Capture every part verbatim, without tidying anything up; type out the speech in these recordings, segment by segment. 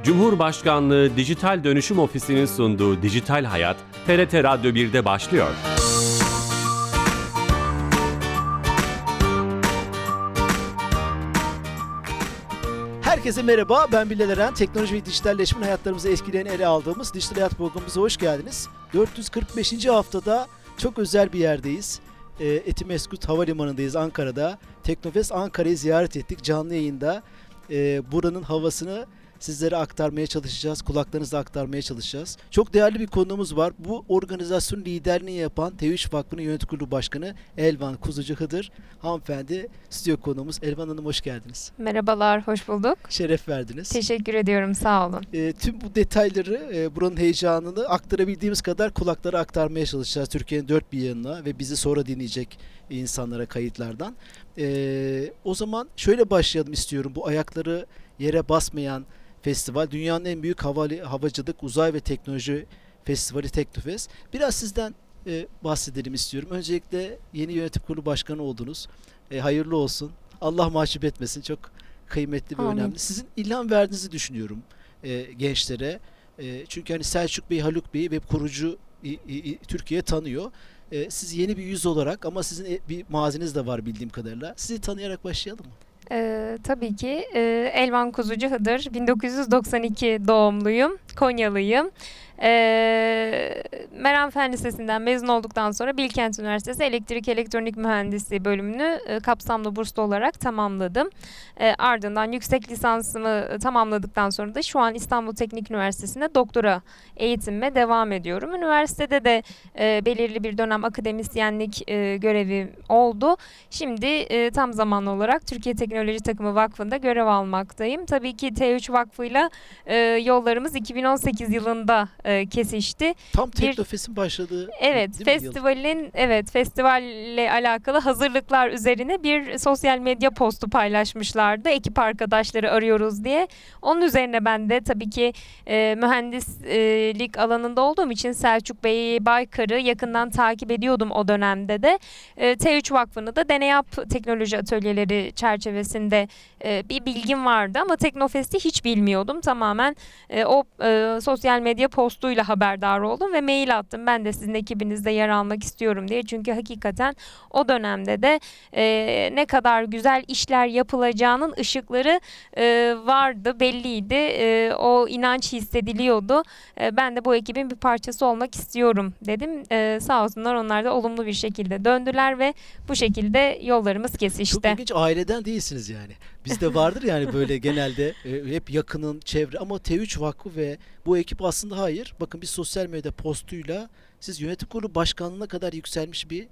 Cumhurbaşkanlığı Dijital Dönüşüm Ofisi'nin sunduğu Dijital Hayat, T R T Radyo bir'de başlıyor. Herkese merhaba, ben Bilal Eren. Teknoloji ve dijitalleşmenin hayatlarımızı etkilerini ele aldığımız Dijital Hayat programımıza hoş geldiniz. dört yüz kırk beşinci haftada çok özel bir yerdeyiz. E, Etimesgut Havalimanı'ndayız, Ankara'da. Teknofest Ankara'yı ziyaret ettik canlı yayında. E, buranın havasını sizlere aktarmaya çalışacağız, kulaklarınızla aktarmaya çalışacağız. Çok değerli bir konuğumuz var. Bu organizasyon liderliğini yapan T üç Vakfı'nın yönetim kurulu başkanı Elvan Kuzucu Hıdır hanımefendi stüdyo konuğumuz. Elvan Hanım hoş geldiniz. Merhabalar, hoş bulduk. Şeref verdiniz. Teşekkür ediyorum, sağ olun. E, tüm bu detayları, e, buranın heyecanını aktarabildiğimiz kadar kulaklara aktarmaya çalışacağız. Türkiye'nin dört bir yanına ve bizi sonra dinleyecek insanlara kayıtlardan. E, o zaman şöyle başlayalım istiyorum. Bu ayakları yere basmayan festival, dünyanın en büyük havali, havacılık, uzay ve teknoloji festivali Teknofest. Biraz sizden e, bahsedelim istiyorum. Öncelikle yeni yönetim kurulu başkanı oldunuz. E, hayırlı olsun. Allah mahcup etmesin. Çok kıymetli ve Amin. önemli. Sizin ilham verdiğinizi düşünüyorum e, gençlere. E, çünkü hani Selçuk Bey, Haluk Bey ve kurucu i, i, Türkiye tanıyor. E, siz yeni bir yüz olarak ama sizin bir maziniz de var bildiğim kadarıyla. Sizi tanıyarak başlayalım mı? Ee, tabii ki. Ee, Elvan Kuzucu Hıdır, bin dokuz yüz doksan iki doğumluyum, Konyalıyım. Ee, Meram Fen Lisesi'nden mezun olduktan sonra Bilkent Üniversitesi Elektrik Elektronik Mühendisliği bölümünü e, kapsamlı burslu olarak tamamladım. E, ardından yüksek lisansımı tamamladıktan sonra da şu an İstanbul Teknik Üniversitesi'nde doktora eğitimime devam ediyorum. Üniversitede de e, belirli bir dönem akademisyenlik e, görevi oldu. Şimdi e, tam zamanlı olarak Türkiye Teknoloji Takımı Vakfı'nda görev almaktayım. Tabii ki T üç Vakfı'yla e, yollarımız iki bin on sekiz yılında e, kesişti. Tam Teknofest'in başladığı. Evet, festivalin evet festivalle alakalı hazırlıklar üzerine bir sosyal medya postu paylaşmışlardı. Ekip arkadaşları arıyoruz diye. Onun üzerine ben de tabii ki e, mühendislik alanında olduğum için Selçuk Bey Baykar'ı yakından takip ediyordum o dönemde de. E, T üç Vakfı'nı da Deneyap Teknoloji Atölyeleri çerçevesinde e, bir bilgim vardı ama Teknofest'i hiç bilmiyordum. Tamamen e, o e, sosyal medya postuyla haberdar oldum ve mail attım. Ben de sizin ekibinizde yer almak istiyorum diye. Çünkü hakikaten o dönemde de e, ne kadar güzel işler yapılacağının ışıkları e, vardı, belliydi. E, o inanç hissediliyordu. E, ben de bu ekibin bir parçası olmak istiyorum dedim. E, sağ olsunlar, onlar da olumlu bir şekilde döndüler ve bu şekilde yollarımız kesişti. Çok ilginç, aileden değilsiniz yani. Bizde vardır yani böyle genelde e, hep yakının çevre ama T üç Vakfı ve bu ekip aslında hayır. Bakın bir sosyal medya postuyla siz yönetim kurulu başkanlığına kadar yükselmiş bir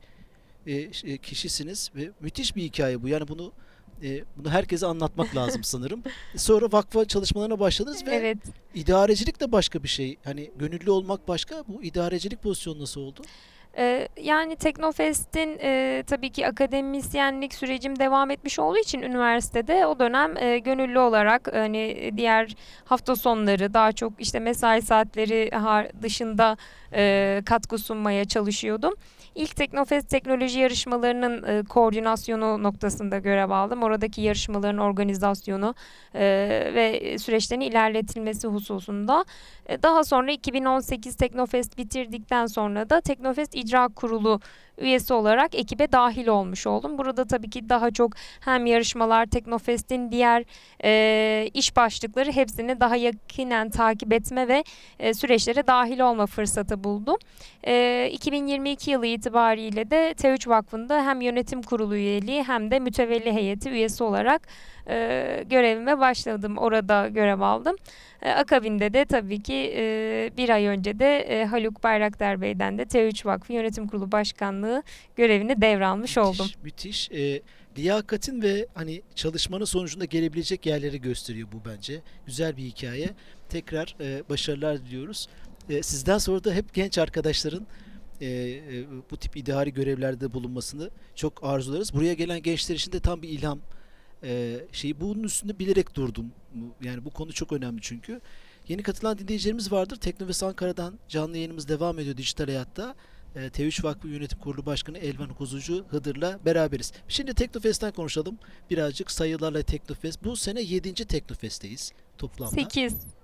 e, kişisiniz ve müthiş bir hikaye bu. Yani bunu e, bunu herkese anlatmak lazım sanırım. Sonra vakfa çalışmalarına başladınız ve evet. idarecilik de başka bir şey. Hani gönüllü olmak başka. Bu idarecilik pozisyonu nasıl oldu? Ee, yani Teknofest'in e, tabii ki akademisyenlik sürecim devam etmiş olduğu için üniversitede o dönem e, gönüllü olarak hani diğer hafta sonları daha çok işte mesai saatleri dışında e, katkı sunmaya çalışıyordum. İlk Teknofest teknoloji yarışmalarının e, koordinasyonu noktasında görev aldım. Oradaki yarışmaların organizasyonu e, ve süreçlerin ilerletilmesi hususunda. E, daha sonra iki bin on sekiz Teknofest bitirdikten sonra da Teknofest İcra Kurulu üyesi olarak ekibe dahil olmuş oldum. Burada tabii ki daha çok hem yarışmalar, Teknofest'in diğer e, iş başlıkları hepsini daha yakinen takip etme ve e, süreçlere dahil olma fırsatı buldum. E, iki bin yirmi iki yılı itibariyle de T üç Vakfı'nda hem yönetim kurulu üyeliği hem de mütevelli heyeti üyesi olarak e, görevime başladım. Orada görev aldım. E, akabinde de tabii ki e, bir ay önce de e, Haluk Bayraktar Bey'den de T üç Vakfı Yönetim Kurulu Başkanlığı görevini devralmış oldum. Müthiş. müthiş. E, liyakatin ve hani çalışmanın sonucunda gelebilecek yerleri gösteriyor bu bence. Güzel bir hikaye. Tekrar e, başarılar diliyoruz. E, sizden sonra da hep genç arkadaşların e, e, bu tip idari görevlerde bulunmasını çok arzularız. Buraya gelen gençler için de tam bir ilham e, şeyi. Bunun üstünde bilerek durdum. Yani bu konu çok önemli çünkü. Yeni katılan dinleyicilerimiz vardır. Teknofest Ankara'dan canlı yayınımız devam ediyor Dijital Hayat'ta. E, T üç Vakfı Yönetim Kurulu Başkanı Elvan Kuzucu Hıdır'la beraberiz. Şimdi Teknofest'ten konuşalım. Birazcık sayılarla Teknofest. Bu sene yedinci Teknofest'teyiz toplamda. sekiz.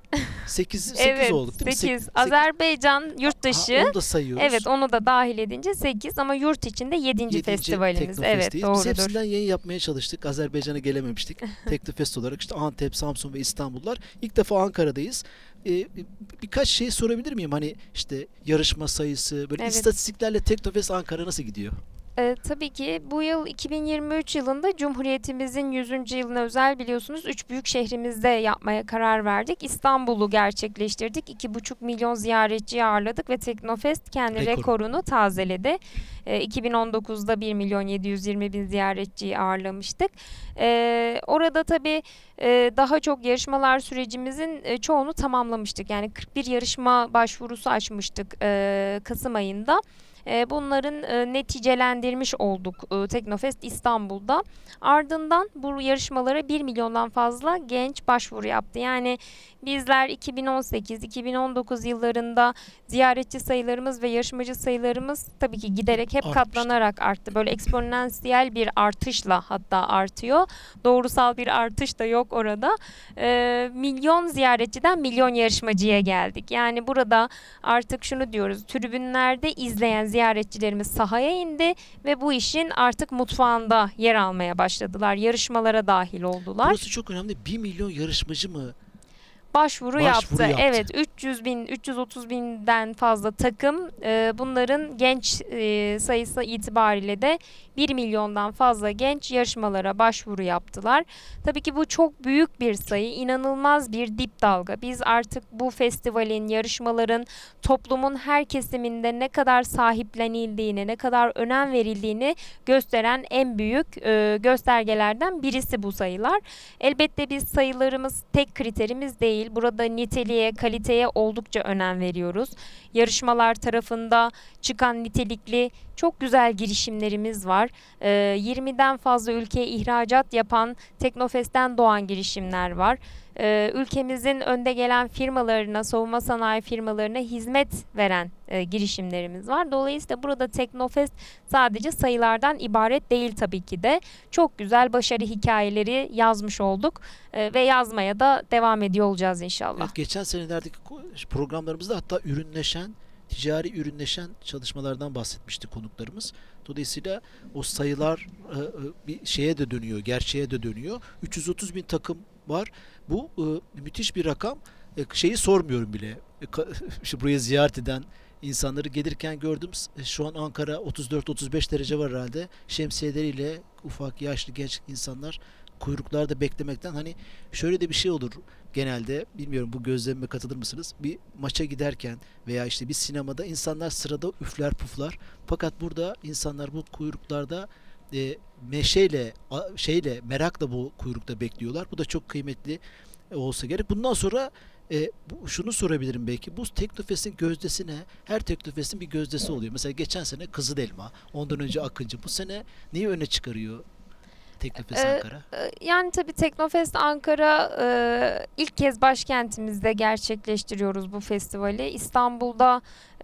sekiz, sekiz Evet, olduk değil mi? sekiz. Sek- Azerbaycan yurt dışı. Ha, onu da sayıyoruz. Evet, onu da dahil edince sekiz ama yurt içinde yedinci Yedinci festivalimiz. Evet, Teknofest'teyiz. Biz doğrudur. hepsinden yayın yapmaya çalıştık. Azerbaycan'a gelememiştik. Teknofest olarak işte Antep, Samsun ve İstanbullar. İlk defa Ankara'dayız. Ee, birkaç şey sorabilir miyim? Hani işte yarışma sayısı, böyle Evet. istatistiklerle Teknofest Ankara nasıl gidiyor? Ee, tabii ki bu yıl iki bin yirmi üç yılında Cumhuriyetimizin yüzüncü yılına özel biliyorsunuz üç büyük şehrimizde yapmaya karar verdik. İstanbul'u gerçekleştirdik. iki buçuk milyon ziyaretçiyi ağırladık ve Teknofest kendi Rekor. rekorunu tazeledi. Ee, iki bin on dokuzda bir milyon yedi yüz yirmi bin ziyaretçiyi ağırlamıştık. Ee, orada tabii e, daha çok yarışmalar sürecimizin e, çoğunu tamamlamıştık. Yani kırk bir yarışma başvurusu açmıştık e, Kasım ayında. Bunların neticelendirmiş olduk Teknofest İstanbul'da. Ardından bu yarışmalara bir milyondan fazla genç başvuru yaptı. Yani bizler iki bin on sekiz iki bin on dokuz yıllarında ziyaretçi sayılarımız ve yarışmacı sayılarımız tabii ki giderek hep Artmıştı. katlanarak arttı. Böyle eksponansiyel bir artışla hatta artıyor. Doğrusal bir artış da yok orada. E, milyon ziyaretçiden milyon yarışmacıya geldik. Yani burada artık şunu diyoruz. Tribünlerde izleyen ziyaretçilerimiz sahaya indi ve bu işin artık mutfağında yer almaya başladılar. Yarışmalara dahil oldular. Burası çok önemli. bir milyon yarışmacı mı? Başvuru, Başvuru yaptı. yaptı. Evet, üç yüz bin, üç yüz otuz binden fazla takım. E, bunların genç e, sayısı itibariyle de bir milyondan fazla genç yarışmalara başvuru yaptılar. Tabii ki bu çok büyük bir sayı, inanılmaz bir dip dalga. Biz artık bu festivalin, yarışmaların toplumun her kesiminde ne kadar sahiplenildiğini, ne kadar önem verildiğini gösteren en büyük e, göstergelerden birisi bu sayılar. Elbette biz sayılarımız tek kriterimiz değil. Burada niteliğe, kaliteye oldukça önem veriyoruz. Yarışmalar tarafında çıkan nitelikli çok güzel girişimlerimiz var. Ee, yirmiden fazla ülkeye ihracat yapan Teknofest'ten doğan girişimler var. Ee, ülkemizin önde gelen firmalarına, savunma sanayi firmalarına hizmet veren e, girişimlerimiz var. Dolayısıyla burada Teknofest sadece sayılardan ibaret değil tabii ki de. Çok güzel başarı hikayeleri yazmış olduk e, ve yazmaya da devam ediyor olacağız inşallah. Evet, geçen senelerdeki programlarımızda hatta ürünleşen, ticari ürünleşen çalışmalardan bahsetmişti konuklarımız. Dolayısıyla o sayılar e, e, bir şeye de dönüyor, gerçeğe de dönüyor. üç yüz otuz bin takım var. Bu e, müthiş bir rakam. E, şeyi sormuyorum bile. E, ka, işte buraya ziyaret eden insanları gelirken gördüm. E, şu an Ankara otuz dört otuz beş derece var herhalde. Şemsiyeleriyle ufak, yaşlı, genç insanlar kuyruklarda beklemekten, hani şöyle de bir şey olur genelde, bilmiyorum bu gözlemime katılır mısınız? Bir maça giderken veya işte bir sinemada insanlar sırada üfler puflar. Fakat burada insanlar bu kuyruklarda e, meşeyle, a, şeyle, merakla bu kuyrukta bekliyorlar. Bu da çok kıymetli e, olsa gerek. Bundan sonra e, bu, şunu sorabilirim belki. Bu Teknofest'in gözdesi ne? Her Teknofest'in bir gözdesi oluyor. Mesela geçen sene Kızılelma, ondan önce Akıncı. Bu sene neyi öne çıkarıyor Teknofest Ee, Ankara? Yani tabii Teknofest Ankara e, ilk kez başkentimizde gerçekleştiriyoruz bu festivali. İstanbul'da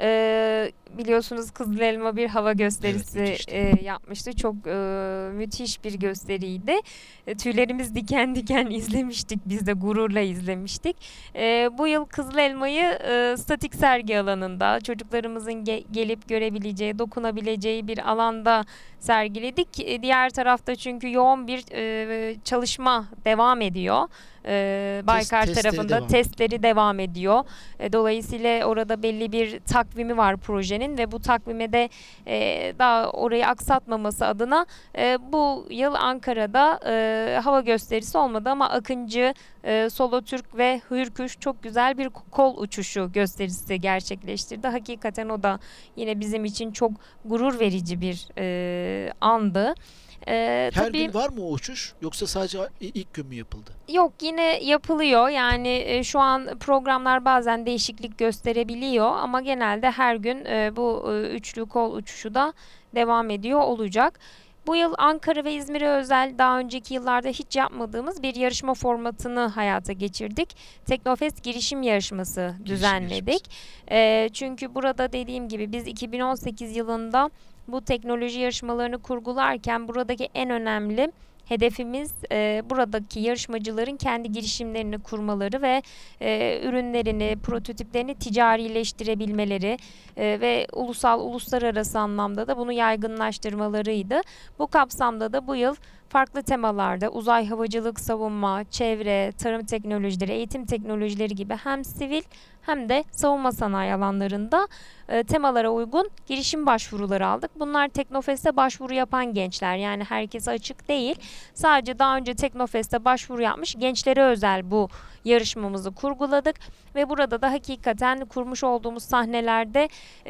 e, biliyorsunuz Kızılelma bir hava gösterisi Evet, e, yapmıştı. Çok e, müthiş bir gösteriydi. E, tüylerimiz diken diken izlemiştik. Biz de gururla izlemiştik. E, bu yıl Kızılelma'yı e, statik sergi alanında çocuklarımızın ge- gelip görebileceği, dokunabileceği bir alanda sergiledik. E, diğer tarafta çünkü yoğun bir e, çalışma devam ediyor. E, Baykar testleri tarafında devam. testleri devam ediyor. E, dolayısıyla orada belli bir takvimi var projenin ve bu takvime de e, daha orayı aksatmaması adına e, bu yıl Ankara'da e, hava gösterisi olmadı ama Akıncı, e, Solo Türk ve Hürkuş çok güzel bir kol uçuşu gösterisi gerçekleştirdi. Hakikaten o da yine bizim için çok gurur verici bir e, andı. Ee, Her tabii, gün var mı o uçuş, yoksa sadece ilk gün mü yapıldı? yok, yine yapılıyor. Yani e, şu an programlar bazen değişiklik gösterebiliyor ama genelde her gün e, bu e, üçlü kol uçuşu da devam ediyor olacak. Bu yıl Ankara ve İzmir'e özel daha önceki yıllarda hiç yapmadığımız bir yarışma formatını hayata geçirdik. Teknofest girişim yarışması düzenledik. E, çünkü burada dediğim gibi biz iki bin on sekiz yılında bu teknoloji yarışmalarını kurgularken buradaki en önemli Hedefimiz e, buradaki yarışmacıların kendi girişimlerini kurmaları ve e, ürünlerini, prototiplerini ticarileştirebilmeleri e, ve ulusal, uluslararası anlamda da bunu yaygınlaştırmalarıydı. Bu kapsamda da bu yıl farklı temalarda uzay, havacılık, savunma, çevre, tarım teknolojileri, eğitim teknolojileri gibi hem sivil hem de savunma sanayi alanlarında e, temalara uygun girişim başvuruları aldık. Bunlar Teknofest'e başvuru yapan gençler, yani herkese açık değil. Sadece daha önce Teknofest'e başvuru yapmış gençlere özel bu yarışmamızı kurguladık ve burada da hakikaten kurmuş olduğumuz sahnelerde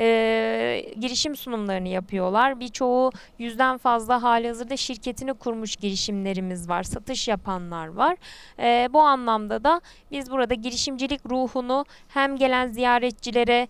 e, girişim sunumlarını yapıyorlar. Birçoğu yüzden fazla halihazırda şirketini kurmuş girişimlerimiz var, satış yapanlar var. E, bu anlamda da biz burada girişimcilik ruhunu hem gelen ziyaretçilere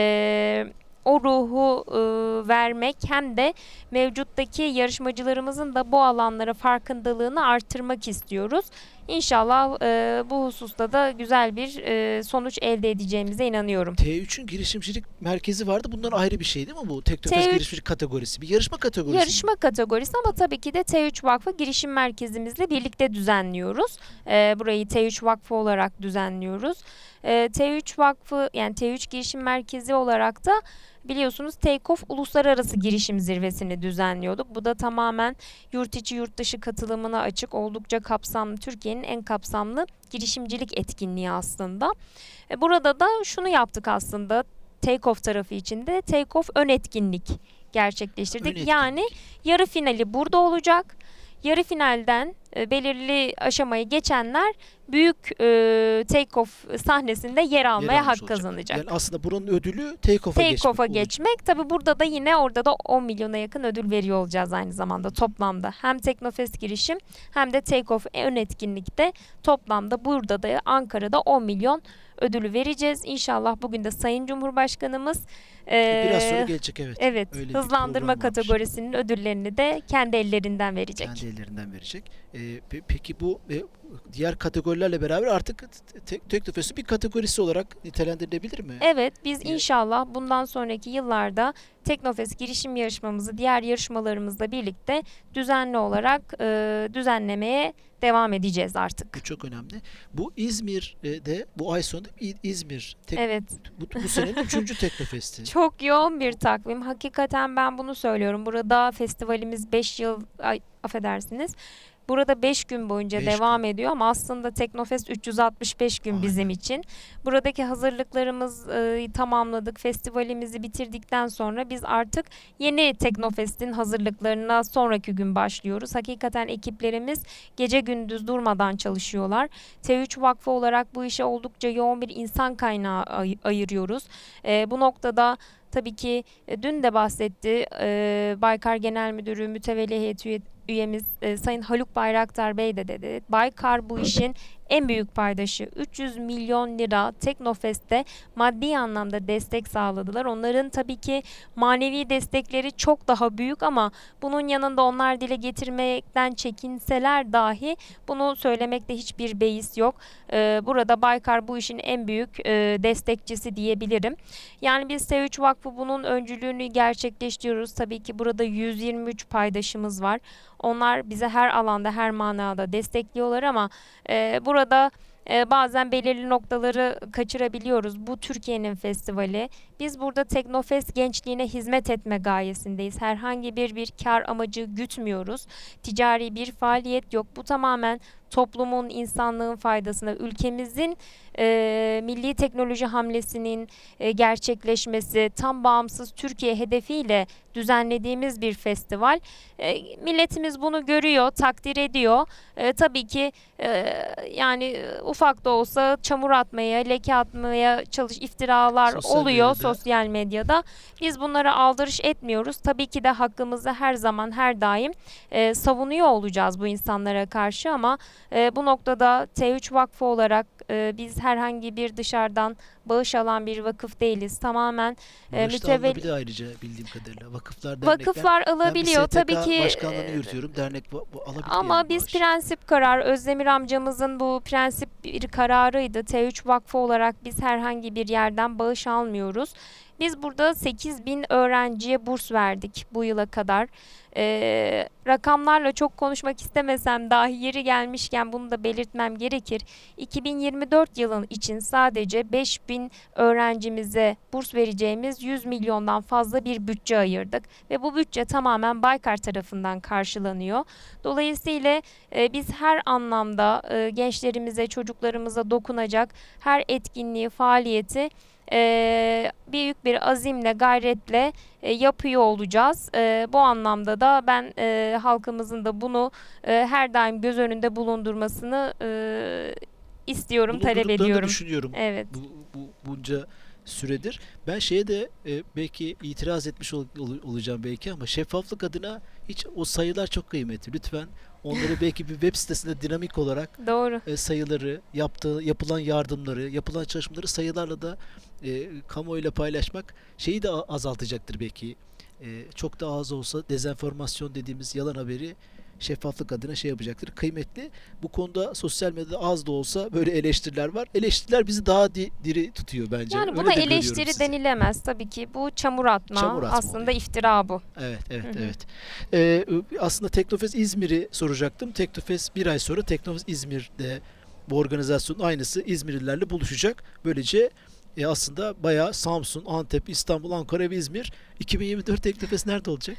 e, o ruhu e, vermek hem de mevcuttaki yarışmacılarımızın da bu alanlara farkındalığını artırmak istiyoruz. İnşallah e, bu hususta da güzel bir e, sonuç elde edeceğimize inanıyorum. T üçün girişimcilik merkezi vardı. Bundan ayrı bir şey değil mi bu? Teknofest T üç girişimcilik kategorisi. Bir yarışma kategorisi. Yarışma mi? kategorisi ama tabii ki de T üç Vakfı Girişim Merkezimizle birlikte düzenliyoruz. E, burayı T üç Vakfı olarak düzenliyoruz. E, T üç Vakfı, yani T üç Girişim Merkezi olarak da biliyorsunuz Take-Off Uluslararası Girişim Zirvesi'ni düzenliyorduk. Bu da tamamen yurt içi yurt dışı katılımına açık, oldukça kapsamlı, Türkiye'nin en kapsamlı girişimcilik etkinliği aslında. E, burada da şunu yaptık aslında, Take-Off tarafı için de Take-Off ön etkinlik gerçekleştirdik. Ön etkinlik. Yani yarı finali burada olacak. Yarı finalden e, belirli aşamayı geçenler büyük e, take-off sahnesinde yer almaya yer hak olacak. kazanacak. Yani aslında buranın ödülü take-off'a take geçmek. Take-off'a geçmek. Tabii burada da yine orada da on milyona yakın ödül veriyor olacağız aynı zamanda toplamda. Hem Teknofest girişim hem de Take-Off ön etkinlikte toplamda burada da Ankara'da on milyon ödülü vereceğiz. İnşallah bugün de Sayın Cumhurbaşkanımız e, biraz sonra gelecek, evet. Evet, Öyle hızlandırma kategorisinin ödüllerini de kendi ellerinden verecek. Kendi ellerinden verecek. E, pe- peki bu e, diğer kategorilerle beraber artık Teknofest'in bir kategorisi olarak nitelendirilebilir mi? Evet, biz evet. inşallah bundan sonraki yıllarda Teknofest girişim yarışmamızı diğer yarışmalarımızla birlikte düzenli olarak e, düzenlemeye devam edeceğiz artık. Bu çok önemli. Bu İzmir'de bu ay sonunda İzmir. Tek, evet. Bu, bu senenin üçüncü Teknofest'i. Çok yoğun bir takvim. Hakikaten ben bunu söylüyorum. Burada festivalimiz beş yıl, ay, affedersiniz. Burada beş gün boyunca beş devam gün. ediyor ama aslında Teknofest üç yüz altmış beş gün Aynen. bizim için. Buradaki hazırlıklarımızı e, tamamladık. Festivalimizi bitirdikten sonra biz artık yeni Teknofest'in hazırlıklarına sonraki gün başlıyoruz. Hakikaten ekiplerimiz gece gündüz durmadan çalışıyorlar. T üç Vakfı olarak bu işe oldukça yoğun bir insan kaynağı ay- ayırıyoruz. E, bu noktada tabii ki e, dün de bahsetti e, Baykar Genel Müdürü, mütevelli heyet üye, üyemiz e, Sayın Haluk Bayraktar Bey de dedi. Baykar bu işin en büyük paydaşı. üç yüz milyon lira Teknofest'te maddi anlamda destek sağladılar. Onların tabii ki manevi destekleri çok daha büyük ama bunun yanında onlar dile getirmekten çekinseler dahi bunu söylemekte hiçbir beis yok. Ee, burada Baykar bu işin en büyük e, destekçisi diyebilirim. Yani biz T üç Vakfı bunun öncülüğünü gerçekleştiriyoruz. Tabii ki burada yüz yirmi üç paydaşımız var. Onlar bize her alanda, her manada destekliyorlar ama e, burada e, bazen belirli noktaları kaçırabiliyoruz. Bu Türkiye'nin festivali. Biz burada Teknofest gençliğine hizmet etme gayesindeyiz. Herhangi bir bir kar amacı gütmüyoruz. Ticari bir faaliyet yok. Bu tamamen toplumun, insanlığın faydasına, ülkemizin e, milli teknoloji hamlesinin e, gerçekleşmesi, tam bağımsız Türkiye hedefiyle düzenlediğimiz bir festival. E, milletimiz bunu görüyor, takdir ediyor. E, tabii ki e, yani ufak da olsa çamur atmaya, leke atmaya çalış iftiralar sosyal oluyor medyada. sosyal medyada. Biz bunlara aldırış etmiyoruz. Tabii ki de hakkımızı her zaman, her daim e, savunuyor olacağız bu insanlara karşı ama e, bu noktada T üç Vakfı olarak e, biz herhangi bir dışarıdan bağış alan bir vakıf değiliz. Tamamen e, mütevelli. Ayrıca bildiğim kadarıyla vakıflar, dernekler. Vakıflar alabiliyor tabii ki. Başkanlığını yürütüyorum. Dernek alabiliyor. Ama yani biz bağış. Prensip karar, Özdemir amcamızın bu prensip bir kararıydı. T üç Vakfı olarak biz herhangi bir yerden bağış almıyoruz. Biz burada sekiz bin öğrenciye burs verdik bu yıla kadar. Ee, rakamlarla çok konuşmak istemesem dahi yeri gelmişken bunu da belirtmem gerekir. iki bin yirmi dört yılın için sadece beş bin öğrencimize burs vereceğimiz yüz milyondan fazla bir bütçe ayırdık. Ve bu bütçe tamamen Baykar tarafından karşılanıyor. Dolayısıyla e, biz her anlamda e, gençlerimize, çocuklarımıza dokunacak her etkinliği, faaliyeti e, büyük bir azimle, gayretle e, yapıyor olacağız. E, bu anlamda da ben e, halkımızın da bunu e, her daim göz önünde bulundurmasını e, istiyorum, talep Bulundurduklarını da ediyorum. düşünüyorum. Evet. Bu, bu bunca süredir. Ben şeye de e, belki itiraz etmiş ol- ol- olacağım belki ama şeffaflık adına hiç o sayılar çok kıymetli. Lütfen onları belki bir web sitesinde dinamik olarak Doğru. e, sayıları, yaptığı, yapılan yardımları, yapılan çalışmaları sayılarla da e, kamuoyuyla paylaşmak şeyi de a- azaltacaktır belki. E, çok da az olsa dezenformasyon dediğimiz yalan haberi şeffaflık adına şey yapacaktır. Kıymetli. Bu konuda sosyal medyada az da olsa böyle eleştiriler var. Eleştiriler bizi daha di- diri tutuyor bence. Yani Öyle buna de görüyorum eleştiri sizi. denilemez tabii ki. Bu çamur atma. Çamur atma Aslında oluyor. iftira bu. Evet, evet, Hı hı. evet. Ee, aslında Teknofest İzmir'i soracaktım. Teknofest bir ay sonra Teknofest İzmir'de bu organizasyonun aynısı İzmirlilerle buluşacak. Böylece e, aslında bayağı Samsun, Antep, İstanbul, Ankara ve İzmir. iki bin yirmi dört Teknofest nerede olacak?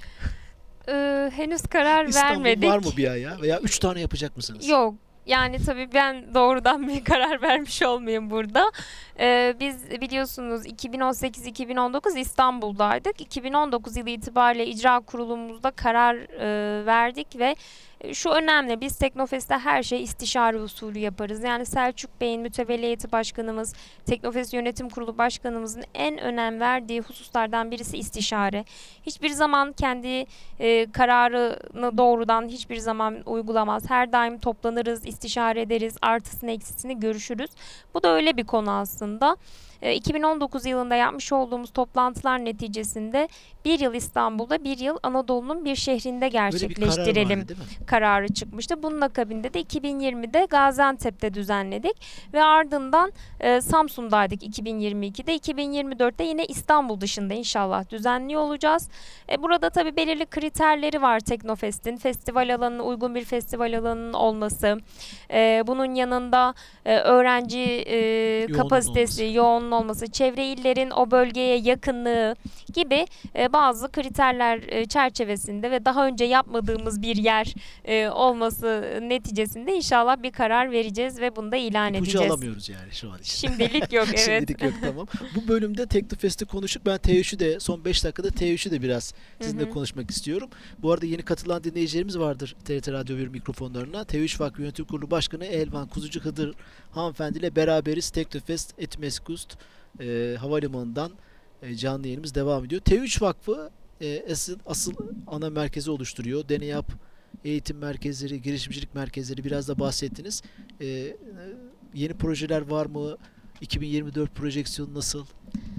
Ee, henüz karar İstanbul vermedik. var mı bir aya? Veya üç tane yapacak mısınız? Yok. Yani tabii ben doğrudan bir karar vermiş olmayayım burada. Ee, biz biliyorsunuz iki bin on sekiz iki bin on dokuz İstanbul'daydık. iki bin on dokuz yılı itibariyle icra kurulumuzda karar e, verdik ve şu önemli, biz Teknofest'te her şey istişare usulü yaparız. Yani Selçuk Bey'in, mütevelli heyeti başkanımız, Teknofest Yönetim Kurulu başkanımızın en önem verdiği hususlardan birisi istişare. Hiçbir zaman kendi e, kararını doğrudan hiçbir zaman uygulamaz. Her daim toplanırız, istişare ederiz, artısını eksisini görüşürüz. Bu da öyle bir konu aslında. iki bin on dokuz yılında yapmış olduğumuz toplantılar neticesinde bir yıl İstanbul'da, bir yıl Anadolu'nun bir şehrinde gerçekleştirelim Böyle bir karar vardı, değil mi? kararı çıkmıştı. Bunun akabinde de iki bin yirmide Gaziantep'te düzenledik ve ardından e, Samsun'daydık iki bin yirmi ikide. iki bin yirmi dörtte yine İstanbul dışında inşallah düzenliyor olacağız. E, burada tabii belirli kriterleri var Teknofest'in. Festival alanına uygun bir festival alanının olması, e, bunun yanında e, öğrenci e, Yoğunluğun kapasitesi, olması. yoğunluğun olması, çevre illerin o bölgeye yakınlığı gibi e, bazı kriterler e, çerçevesinde ve daha önce yapmadığımız bir yer e, olması neticesinde inşallah bir karar vereceğiz ve bunu da ilan İpucu edeceğiz. alamıyoruz yani şu an için. Şimdilik yok, evet. Şimdilik yok, tamam. Bu bölümde Teknofest'i konuştuk. Ben T üç'ü de son beş dakikada T üç'ü de biraz sizinle Hı hı. konuşmak istiyorum. Bu arada yeni katılan dinleyicilerimiz vardır T R T Radyo bir mikrofonlarına. T üç Vakfı Yönetim Kurulu Başkanı Elvan Kuzucu Hıdır hanımefendiyle beraberiz. Teknofest Etmeskust e, Havalimanı'ndan e, canlı yayınımız devam ediyor. T üç Vakfı e, asıl, asıl ana merkezi oluşturuyor. Deneyap eğitim merkezleri, girişimcilik merkezleri biraz da bahsettiniz. E, e, yeni projeler var mı? iki bin yirmi dört projeksiyonu nasıl?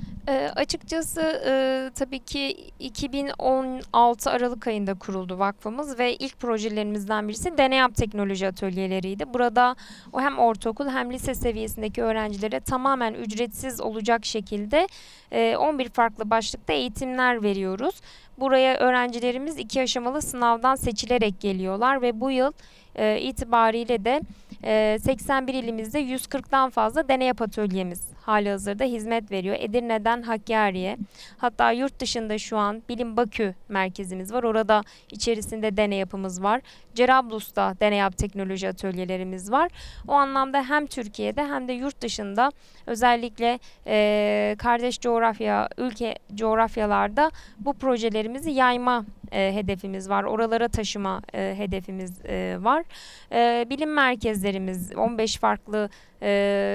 E, açıkçası e, tabii ki iki bin on altı Aralık ayında kuruldu vakfımız ve ilk projelerimizden birisi Deneyap Teknoloji Atölyeleriydi. Burada o hem ortaokul hem lise seviyesindeki öğrencilere tamamen ücretsiz olacak şekilde e, on bir farklı başlıkta eğitimler veriyoruz. Buraya öğrencilerimiz iki aşamalı sınavdan seçilerek geliyorlar ve bu yıl e, itibariyle de e, seksen bir ilimizde yüz kırktan fazla deneyap atölyemiz halihazırda hizmet veriyor. Edirne'den Hakkari'ye, hatta yurt dışında şu an Bilim Bakü merkezimiz var. Orada içerisinde deneyapımız var. Cerablus'ta deneyap teknoloji atölyelerimiz var. O anlamda hem Türkiye'de hem de yurt dışında özellikle e, kardeş coğrafya, ülke coğrafyalarda bu projelerimizi yayma e, hedefimiz var. Oralara taşıma e, hedefimiz e, var. E, bilim merkezlerimiz, on beş farklı e,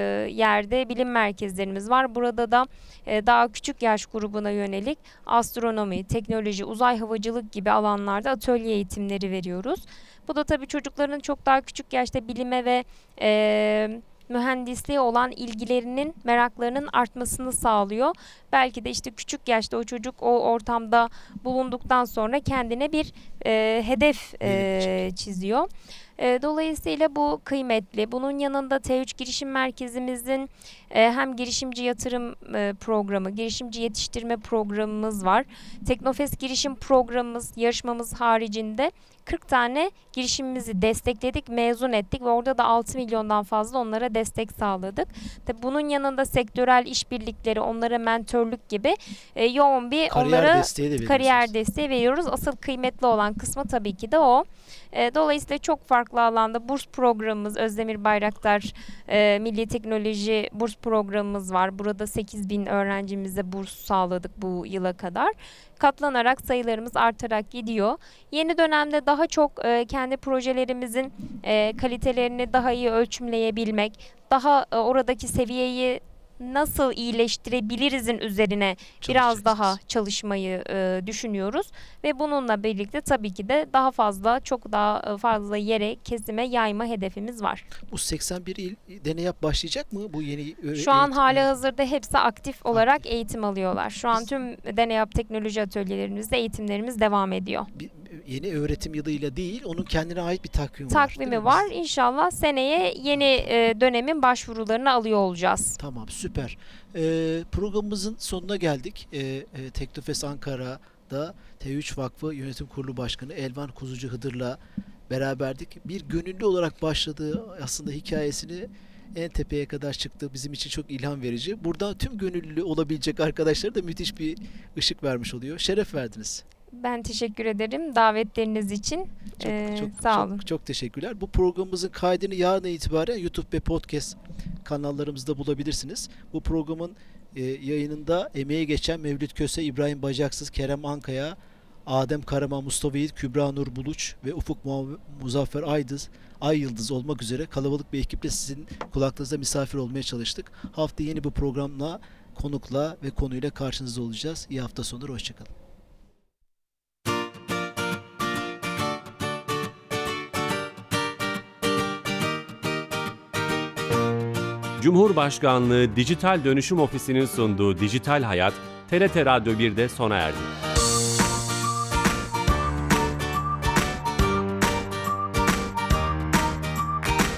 yerde bilim merkezlerimiz var. Burada da e, daha küçük yaş grubuna yönelik astronomi, teknoloji, uzay havacılık gibi alanlarda atölye eğitimleri veriyoruz. Bu da tabii çocukların çok daha küçük yaşta bilime ve e, mühendisliğe olan ilgilerinin, meraklarının artmasını sağlıyor. Belki de işte küçük yaşta o çocuk o ortamda bulunduktan sonra kendine bir e, hedef e, çiziyor. E, dolayısıyla bu kıymetli. Bunun yanında T üç Girişim Merkezimizin e, hem girişimci yatırım e, programı, girişimci yetiştirme programımız var. Teknofest girişim programımız, yarışmamız haricinde kırk tane girişimimizi destekledik, mezun ettik ve orada da altı milyondan fazla onlara destek sağladık. Tabii bunun yanında sektörel işbirlikleri, onlara mentörlük gibi e, yoğun bir Kariyer onlara desteği de veriyorsunuz. kariyer desteği veriyoruz. Asıl kıymetli olan kısmı tabii ki de o. E, dolayısıyla çok farklı alanda burs programımız, Özdemir Bayraktar e, Milli Teknoloji Burs programımız var. Burada sekiz bin öğrencimize burs sağladık bu yıla kadar. Katlanarak sayılarımız artarak gidiyor. Yeni dönemde daha çok e, kendi projelerimizin e, kalitelerini daha iyi ölçümleyebilmek, daha e, oradaki seviyeyi nasıl iyileştirebilirizin üzerine biraz daha çalışmayı e, düşünüyoruz ve bununla birlikte tabii ki de daha fazla, çok daha fazla yere, kesime yayma hedefimiz var. Bu seksen bir il DENEYAP başlayacak mı bu yeni öğre- Şu an eğitim- hala hazırda hepsi aktif olarak Aktif. eğitim alıyorlar. Şu an tüm DENEYAP teknoloji atölyelerimizde eğitimlerimiz devam ediyor. bir, yeni öğretim yılıyla değil, onun kendine ait bir takvimi var. değil Takvimi mi? var. İnşallah seneye yeni e, dönemin başvurularını alıyor olacağız. Tamam, süper. Ee, programımızın sonuna geldik. Ee, e, Teknofest Ankara'da T üç Vakfı Yönetim Kurulu Başkanı Elvan Kuzucu Hıdır'la beraberdik. Bir gönüllü olarak başladığı aslında hikayesini en tepeye kadar çıktı. Bizim için çok ilham verici. Buradan tüm gönüllü olabilecek arkadaşlara da müthiş bir ışık vermiş oluyor. Şeref verdiniz. Ben teşekkür ederim davetleriniz için. Çok, Ee, çok, sağ çok, olun. çok teşekkürler. Bu programımızın kaydını yarın itibaren YouTube ve podcast kanallarımızda bulabilirsiniz. Bu programın e, yayınında emeği geçen Mevlüt Köse, İbrahim Bacaksız, Kerem Ankaya, Adem Karaman, Mustafa Yiğit, Kübra Nur Buluç ve Ufuk Mu- Muzaffer Aydız, Ay Yıldız olmak üzere kalabalık bir ekiple sizin kulaklarınızda misafir olmaya çalıştık. Hafta yeni bir programla, konukla ve konuyla karşınızda olacağız. İyi hafta sonları, hoşçakalın. Cumhurbaşkanlığı Dijital Dönüşüm Ofisi'nin sunduğu Dijital Hayat, T R T Radyo birde sona erdi.